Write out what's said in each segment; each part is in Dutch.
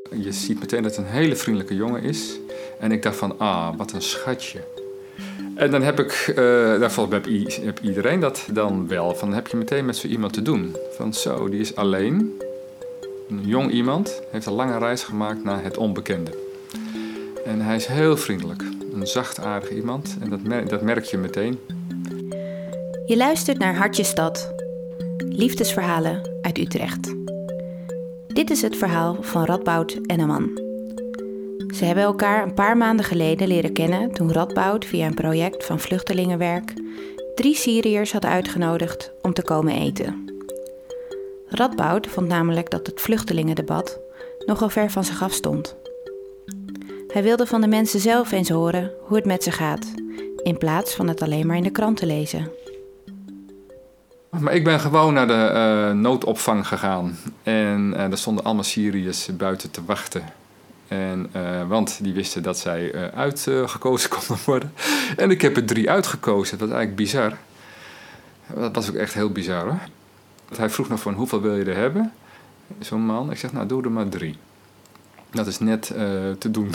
Je ziet meteen dat het een hele vriendelijke jongen is. En ik dacht van, wat een schatje. En dan heb ik, heb iedereen dat dan wel. Van, heb je meteen met zo iemand te doen. Van zo, die is alleen. Een jong iemand heeft een lange reis gemaakt naar het onbekende. En hij is heel vriendelijk. Een zachtaardig iemand. En dat merk je meteen. Je luistert naar Hartjestad. Liefdesverhalen uit Utrecht. Dit is het verhaal van Radboud en Aman. Ze hebben elkaar een paar maanden geleden leren kennen toen Radboud via een project van vluchtelingenwerk 3 Syriërs had uitgenodigd om te komen eten. Radboud vond namelijk dat het vluchtelingendebat nogal ver van zich af stond. Hij wilde van de mensen zelf eens horen hoe het met ze gaat, in plaats van het alleen maar in de krant te lezen. Maar ik ben gewoon naar de noodopvang gegaan. En er stonden allemaal Syriërs buiten te wachten. Want die wisten dat zij uitgekozen konden worden. En ik heb er 3 uitgekozen. Dat was eigenlijk bizar. Dat was ook echt heel bizar, hoor. Hij vroeg nog van, hoeveel wil je er hebben? Zo'n man. Ik zeg, nou, doe er maar 3. Dat is net te doen.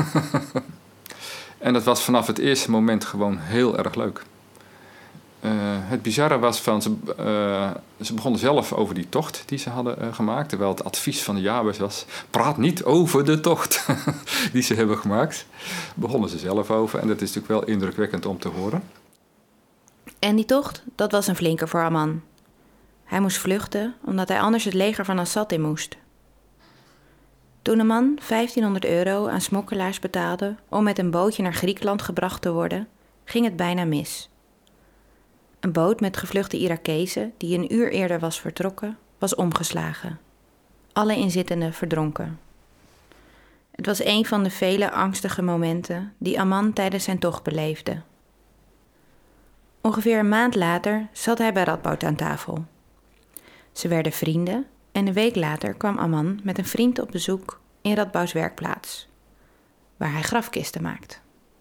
En dat was vanaf het eerste moment gewoon heel erg leuk. Het bizarre was van, ze begonnen zelf over die tocht die ze hadden gemaakt. Terwijl het advies van de jaarbeurs was, praat niet over de tocht die ze hebben gemaakt. Begonnen ze zelf over en dat is natuurlijk wel indrukwekkend om te horen. En die tocht, dat was een flinke voor Aman. Hij moest vluchten omdat hij anders het leger van Assad in moest. Toen Aman €1500 aan smokkelaars betaalde om met een bootje naar Griekenland gebracht te worden, ging het bijna mis. Een boot met gevluchte Irakezen, die een uur eerder was vertrokken, was omgeslagen. Alle inzittenden verdronken. Het was een van de vele angstige momenten die Aman tijdens zijn tocht beleefde. Ongeveer een maand later zat hij bij Radboud aan tafel. Ze werden vrienden en een week later kwam Aman met een vriend op bezoek in Radbouds werkplaats, waar hij grafkisten maakt.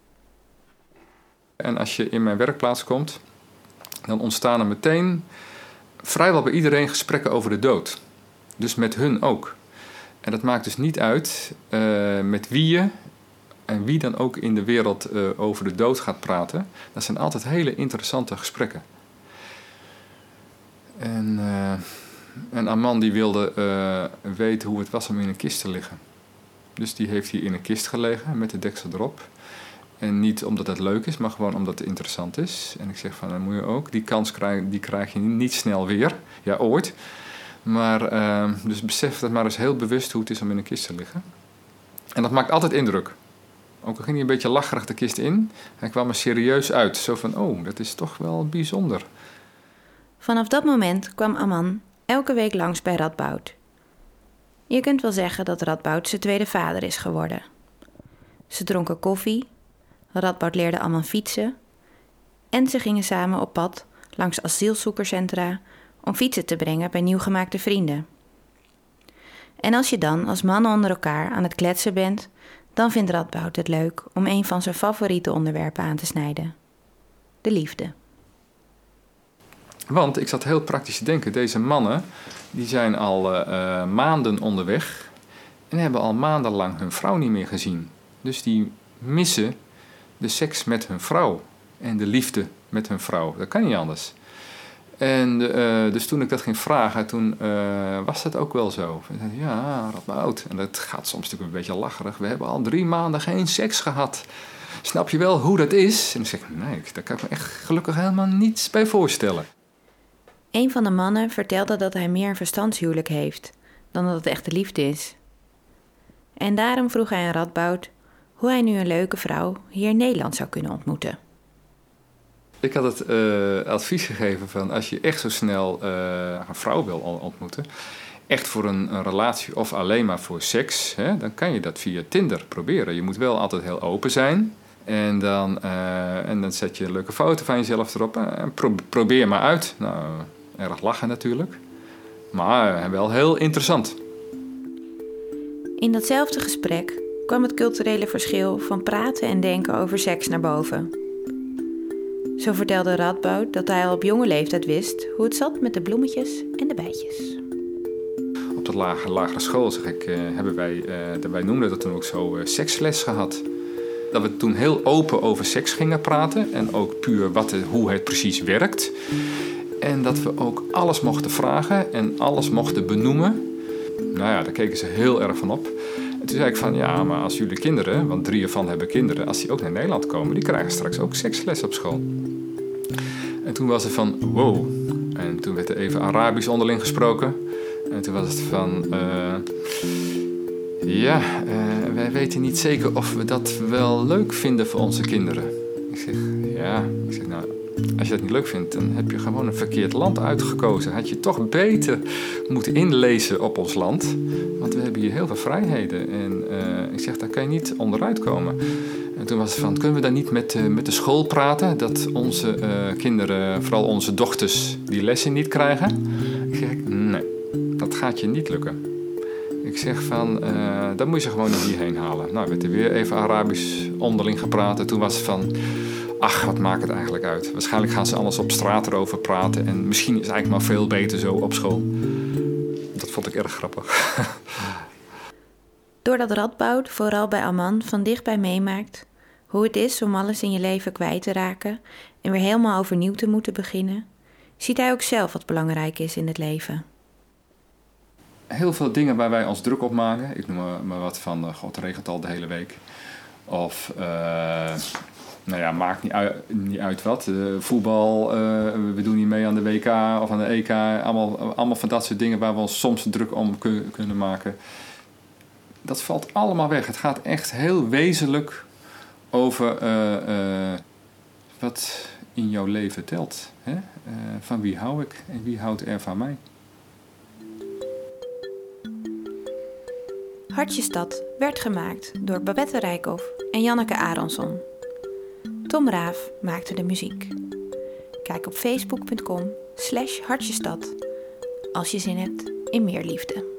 En als je in mijn werkplaats komt, dan ontstaan er meteen vrijwel bij iedereen gesprekken over de dood. Dus met hun ook. En dat maakt dus niet uit met wie je en wie dan ook in de wereld over de dood gaat praten. Dat zijn altijd hele interessante gesprekken. En Aman die wilde weten hoe het was om in een kist te liggen. Dus die heeft hier in een kist gelegen met de deksel erop. En niet omdat het leuk is, maar gewoon omdat het interessant is. En ik zeg van, dan moet je ook. Die kans krijg je niet snel weer. Ja, ooit. Maar dus besef dat maar eens heel bewust hoe het is om in een kist te liggen. En dat maakt altijd indruk. Ook al ging hij een beetje lacherig de kist in. Hij kwam er serieus uit. Zo van, dat is toch wel bijzonder. Vanaf dat moment kwam Aman elke week langs bij Radboud. Je kunt wel zeggen dat Radboud zijn tweede vader is geworden. Ze dronken koffie. Radboud leerde Aman fietsen. En ze gingen samen op pad langs asielzoekerscentra om fietsen te brengen bij nieuwgemaakte vrienden. En als je dan als mannen onder elkaar aan het kletsen bent, dan vindt Radboud het leuk om een van zijn favoriete onderwerpen aan te snijden: de liefde. Want ik zat heel praktisch te denken, deze mannen die zijn al maanden onderweg en hebben al maandenlang hun vrouw niet meer gezien. Dus die missen de seks met hun vrouw en de liefde met hun vrouw. Dat kan niet anders. En dus toen ik dat ging vragen, toen was dat ook wel zo. Ja, Radboud. En dat gaat soms natuurlijk een beetje lacherig. We hebben al 3 maanden geen seks gehad. Snap je wel hoe dat is? En ik zeg, nee, daar kan ik me echt gelukkig helemaal niets bij voorstellen. Een van de mannen vertelde dat hij meer een verstandshuwelijk heeft dan dat het echte liefde is. En daarom vroeg hij aan Radboud hoe hij nu een leuke vrouw hier in Nederland zou kunnen ontmoeten. Ik had het advies gegeven van als je echt zo snel een vrouw wil ontmoeten, echt voor een relatie of alleen maar voor seks, dan kan je dat via Tinder proberen. Je moet wel altijd heel open zijn. En dan zet je een leuke foto van jezelf erop en probeer maar uit. Nou, erg lachen natuurlijk. Maar wel heel interessant. In datzelfde gesprek kwam het culturele verschil van praten en denken over seks naar boven. Zo vertelde Radboud dat hij al op jonge leeftijd wist hoe het zat met de bloemetjes en de bijtjes. Op op de lagere school hebben wij noemden dat toen ook zo seksles gehad. Dat we toen heel open over seks gingen praten en ook puur hoe het precies werkt. En dat we ook alles mochten vragen en alles mochten benoemen. Nou ja, daar keken ze heel erg van op. En toen zei ik van, ja, maar als jullie kinderen, want 3 ervan hebben kinderen, als die ook naar Nederland komen, die krijgen straks ook seksles op school. En toen was het van, wow. En toen werd er even Arabisch onderling gesproken. En toen was het van, wij weten niet zeker of we dat wel leuk vinden voor onze kinderen. Ik zeg, nou, als je dat niet leuk vindt, dan heb je gewoon een verkeerd land uitgekozen. Had je toch beter moeten inlezen op ons land. Want we hebben hier heel veel vrijheden. En ik zeg, daar kan je niet onderuit komen. En toen was het van, kunnen we dan niet met de school praten? Dat onze kinderen, vooral onze dochters, die lessen niet krijgen? Ik zeg, nee, dat gaat je niet lukken. Ik zeg van, dan moet je ze gewoon hierheen halen. Nou, werd er weer even Arabisch onderling gepraat. En toen was het van, ach, wat maakt het eigenlijk uit? Waarschijnlijk gaan ze alles op straat erover praten. En misschien is het eigenlijk maar veel beter zo op school. Dat vond ik erg grappig. Doordat Radboud vooral bij Aman van dichtbij meemaakt hoe het is om alles in je leven kwijt te raken en weer helemaal overnieuw te moeten beginnen, ziet hij ook zelf wat belangrijk is in het leven. Heel veel dingen waar wij ons druk op maken. Ik noem maar wat van, god, het regent al de hele week. Of, maakt niet uit wat. Voetbal, we doen niet mee aan de WK of aan de EK. Allemaal van dat soort dingen waar we ons soms druk om kunnen maken. Dat valt allemaal weg. Het gaat echt heel wezenlijk over wat in jouw leven telt. Hè? Van wie hou ik en wie houdt er van mij? Hartjestad werd gemaakt door Babette Rijkhoff en Janneke Aronsson. Tom Raaf maakte de muziek. Kijk op facebook.com/Hartjestad als je zin hebt in meer liefde.